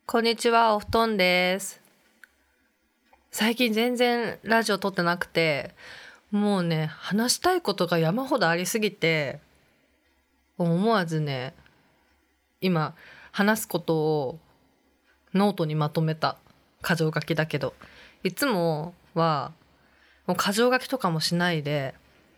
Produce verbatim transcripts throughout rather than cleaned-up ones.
こんにちは、お布団です。最近全然ラジオ撮ってなくて、もうね、話したいことが山ほどありすぎて、思わずね、今話すことをノートにまとめた。箇条書きだけど。いつもはもう箇条書きとかもしないで、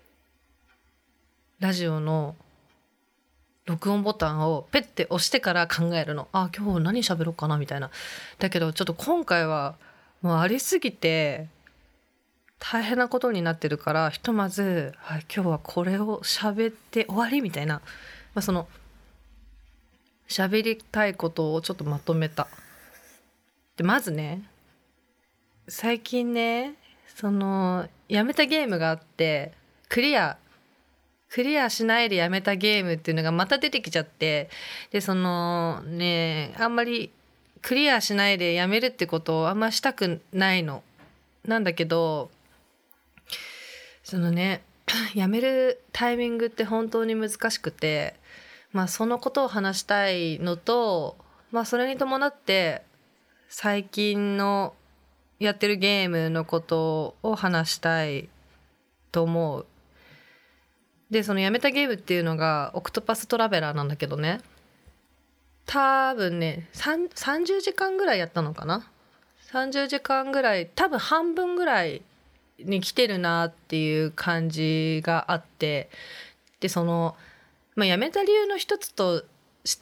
ラジオの録音ボタンをペッて押してから考えるの。あ、今日何喋ろうかなみたいな。だけどちょっと今回はもうありすぎて大変なことになってるから、ひとまず、はい、今日はこれを喋って終わりみたいな、まあ、その喋りたいことをちょっとまとめた。でまずね、最近ね、そのやめたゲームがあって、クリアクリアしないでやめたゲームっていうのがまた出てきちゃって、でそのね、あんまりクリアしないでやめるってことをあんましたくないのなんだけど、そのねやめるタイミングって本当に難しくて、まあそのことを話したいのと、まあそれに伴って最近のやってるゲームのことを話したいと思う。でそのやめたゲームっていうのがオクトパストラベラーなんだけどね、多分ねさんさんじゅうじかんぐらいやったのかな。さんじゅうじかんぐらい、多分半分ぐらいに来てるなっていう感じがあって、でその、まあ、やめた理由の一つとして、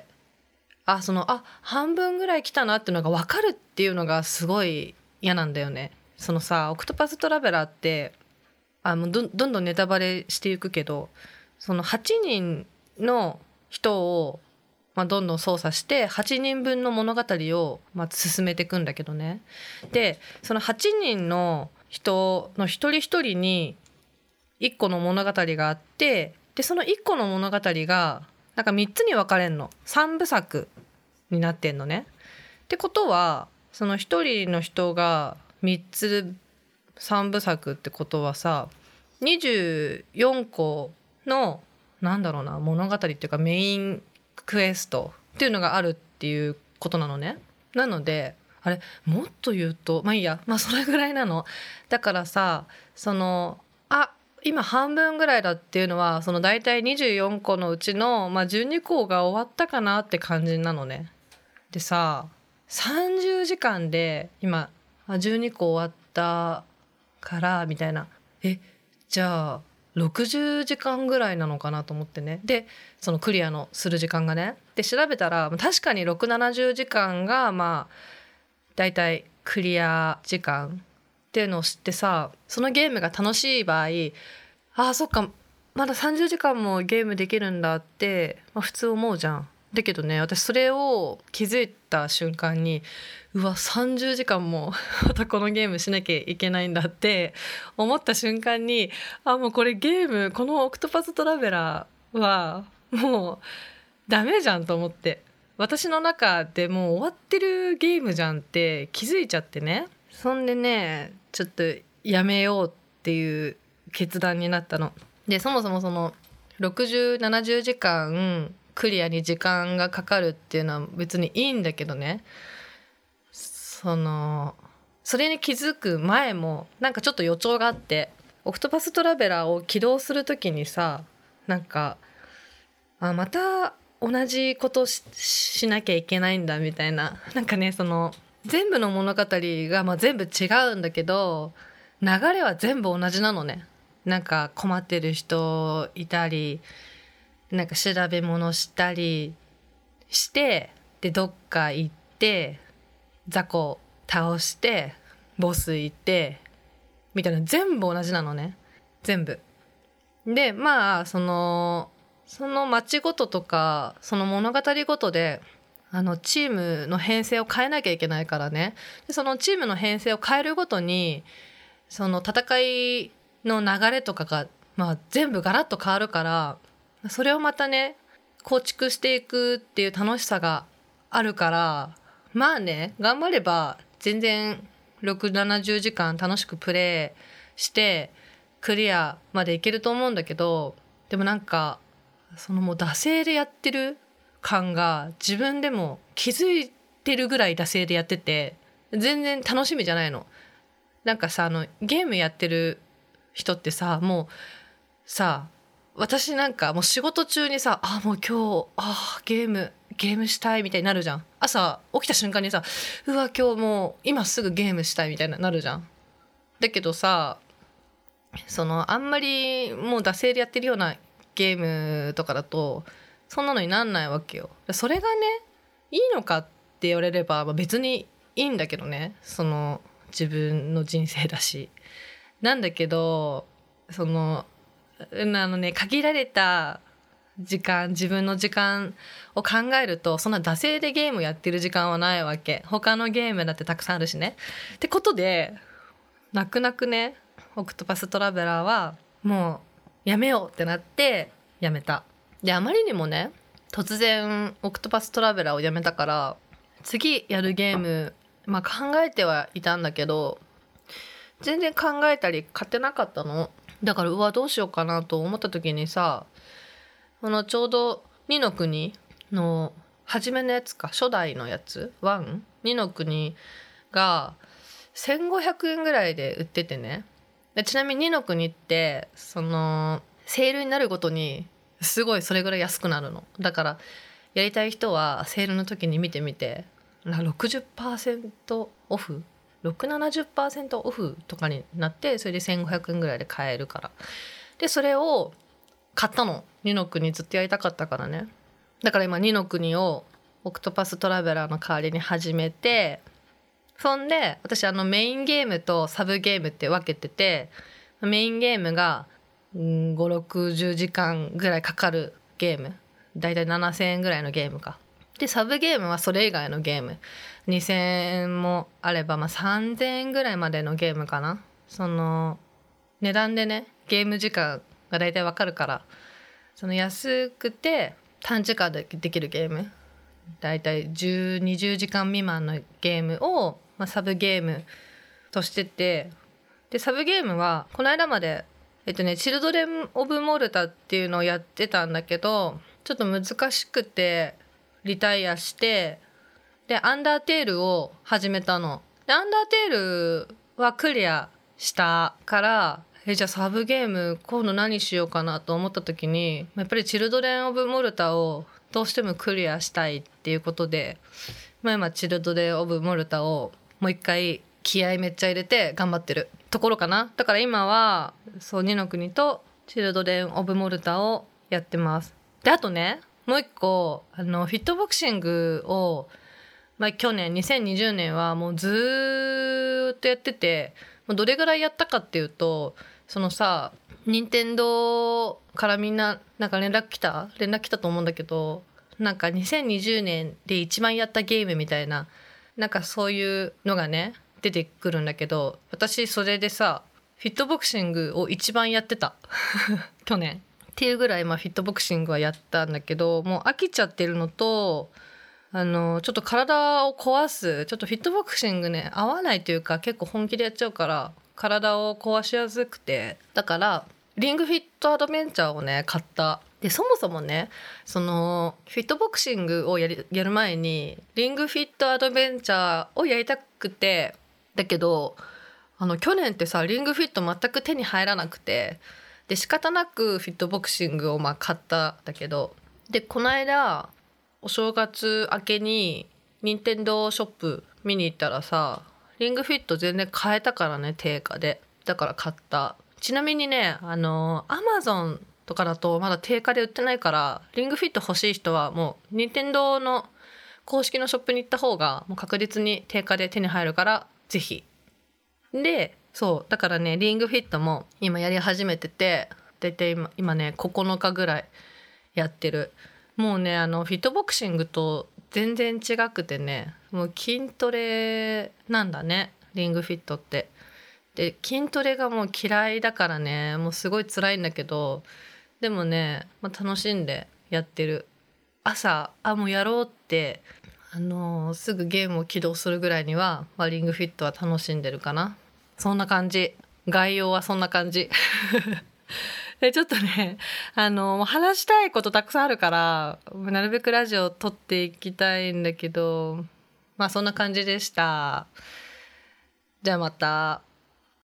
あそのあ半分ぐらい来たなっていうのが分かるっていうのがすごい嫌なんだよね。そのさ、オクトパストラベラーってあもう ど, どんどんネタバレしていくけど、そのはちにんの人を、まあ、どんどん操作してはちにんぶんの物語を、まあ、進めていくんだけどね。でそのはちにんの人の一人一人にいっこの物語があって、でそのいっこの物語がなんかみっつに分かれんの。さんぶさくになってんのね。ってことはその一人の人がみっつさんぶさくってことはさ、にじゅうよんこのなんだろうな物語っていうかメインクエストっていうのがあるっていうことなのね。なのであれもっと言うとまあいいや、まあそれぐらいなの。だからさ、そのあ今半分ぐらいだっていうのは、そのだいたいにじゅうよんこのうちの、まあ、じゅうにこが終わったかなって感じなのね。でさ、さんじゅうじかんで今じゅうにこ終わったからみたいな、えじゃあろくじゅうじかんぐらいなのかなと思ってね。でそのクリアのする時間がね、で調べたら確かにろくじゅうななじゅうじかんがまあだいたいクリア時間っていうのを知ってさ、そのゲームが楽しい場合、ああそっかまださんじゅうじかんもゲームできるんだって、まあ、普通思うじゃん。だけどね、私それを気づいた瞬間に、うわさんじゅうじかんもまたこのゲームしなきゃいけないんだって思った瞬間に、あもうこれゲーム、このオクトパストラベラーはもうダメじゃんと思って、私の中でもう終わってるゲームじゃんって気づいちゃってね。そんでね、ちょっとやめようっていう決断になったので、そもそもそのろくじゅう、ななじゅうじかんクリアに時間がかかるっていうのは別にいいんだけどね、そのそれに気づく前もなんかちょっと予兆があって、オクトパストラベラーを起動するときにさ、なんかあまた同じこと し, しなきゃいけないんだみたいな、なんかね、その全部の物語がまあ全部違うんだけど流れは全部同じなのね。なんか困ってる人いたり、なんか調べ物したりして、でどっか行って雑魚倒してボス行ってみたいな、全部同じなのね。全部で、まあそのその街ごととかその物語ごとであのチームの編成を変えなきゃいけないからね。でそのチームの編成を変えるごとにその戦いの流れとかが、まあ、全部ガラッと変わるから、それをまたね構築していくっていう楽しさがあるから、まあね頑張れば全然ろくじゅう、ななじゅうじかん楽しくプレイしてクリアまでいけると思うんだけど、でもなんかそのもう惰性でやってる感が自分でも気づいてるぐらい惰性でやってて、全然楽しみじゃないの。なんかさ、あのゲームやってる人ってさ、もうさ、私なんかもう仕事中にさ、あもう今日あゲームゲームしたいみたいになるじゃん。朝起きた瞬間にさ、うわ今日もう今すぐゲームしたいみたいになるじゃん。だけどさ、そのあんまりもう惰性でやってるようなゲームとかだとそんなのになんないわけよ。それがねいいのかって言われれば別にいいんだけどね、その自分の人生だし。なんだけどそのあのね限られた時間、自分の時間を考えるとそんな惰性でゲームやってる時間はないわけ。他のゲームだってたくさんあるしね。ってことで泣く泣くねオクトパストラベラーはもうやめようってなってやめた。であまりにもね突然オクトパストラベラーをやめたから次やるゲーム、まあ、考えてはいたんだけど全然考えたり買ってなかったの。だからうわどうしようかなと思った時にさ、このちょうど二の国の初めのやつか、初代のやつワン二の国がせんごひゃくえんぐらいで売っててね。でちなみに二の国ってそのセールになるごとにすごいそれぐらい安くなるの。だからやりたい人はセールの時に見てみて、ろくじゅっパーセントオフろくじゅう、ななじゅっパーセントオフとかになって、それでせんごひゃくえんぐらいで買えるから。でそれを買ったの。二の国ずっとやりたかったからね。だから今二の国をオクトパストラベラーの代わりに始めて、そんで私あのメインゲームとサブゲームって分けてて、メインゲームがごじゅうろくじゅうじかんぐらいかかるゲーム、だいたいななせんえんぐらいのゲームか。でサブゲームはそれ以外のゲームにせんえんもあれば、まあ、さんぜんえんぐらいまでのゲームかな。その値段でねゲーム時間がだいたいわかるから、その安くて短時間でできるゲーム、だいたいじゅう、にじゅうじかん未満のゲームを、まあ、サブゲームとしてて、でサブゲームはこの間までえっとねチルドレン・オブ・モルタっていうのをやってたんだけど、ちょっと難しくてリタイアして、でアンダーテールを始めたの。でアンダーテールはクリアしたから、えじゃあサブゲーム今度何しようかなと思った時に、やっぱりチルドレン・オブ・モルタをどうしてもクリアしたいっていうことで、まあ、今チルドレン・オブ・モルタをもう一回気合いめっちゃ入れて頑張ってるところかな。だから今はそう二の国とチルドレン・オブ・モルタをやってます。であとねもう一個あのフィットボクシングを、まあ、去年にせんにじゅうねんはもうずっとやってて、もうどれぐらいやったかっていうと、そのさ任天堂からみんななんか連絡来た連絡来たと思うんだけど、なんかにせんにじゅうねんで一番やったゲームみたいな、なんかそういうのがね出てくるんだけど、私それでさフィットボクシングを一番やってた去年っていうぐらい、まあ、フィットボクシングはやったんだけど、もう飽きちゃってるのと、あのちょっと体を壊す、ちょっとフィットボクシングね合わないというか結構本気でやっちゃうから体を壊しやすくて、だからリングフィットアドベンチャーをね買った。でそもそもねそのフィットボクシングをやりやる前にリングフィットアドベンチャーをやりたくて、だけどあの去年ってさリングフィット全く手に入らなくて、で仕方なくフィットボクシングをまあ買ったんだけど、でこの間お正月明けに任天堂ショップ見に行ったらさリングフィット全然買えたからね、定価で。だから買った。ちなみにねあのアマゾンとかだとまだ定価で売ってないから、リングフィット欲しい人はもう任天堂の公式のショップに行った方がもう確実に定価で手に入るからぜひ。でそうだからねリングフィットも今やり始めてて、だいたい今、今ねここのかぐらいやってる。もうねあのフィットボクシングと全然違くてね、もう筋トレなんだねリングフィットって。で筋トレがもう嫌いだからねもうすごい辛いんだけど、でもね、まあ、楽しんでやってる。朝あもうやろうってあのー、すぐゲームを起動するぐらいには、まあ、リングフィットは楽しんでるかな。そんな感じ、概要はそんな感じでちょっとねあのー、話したいことたくさんあるからなるべくラジオ撮っていきたいんだけど、 まあそんな感じでした。じゃあまた。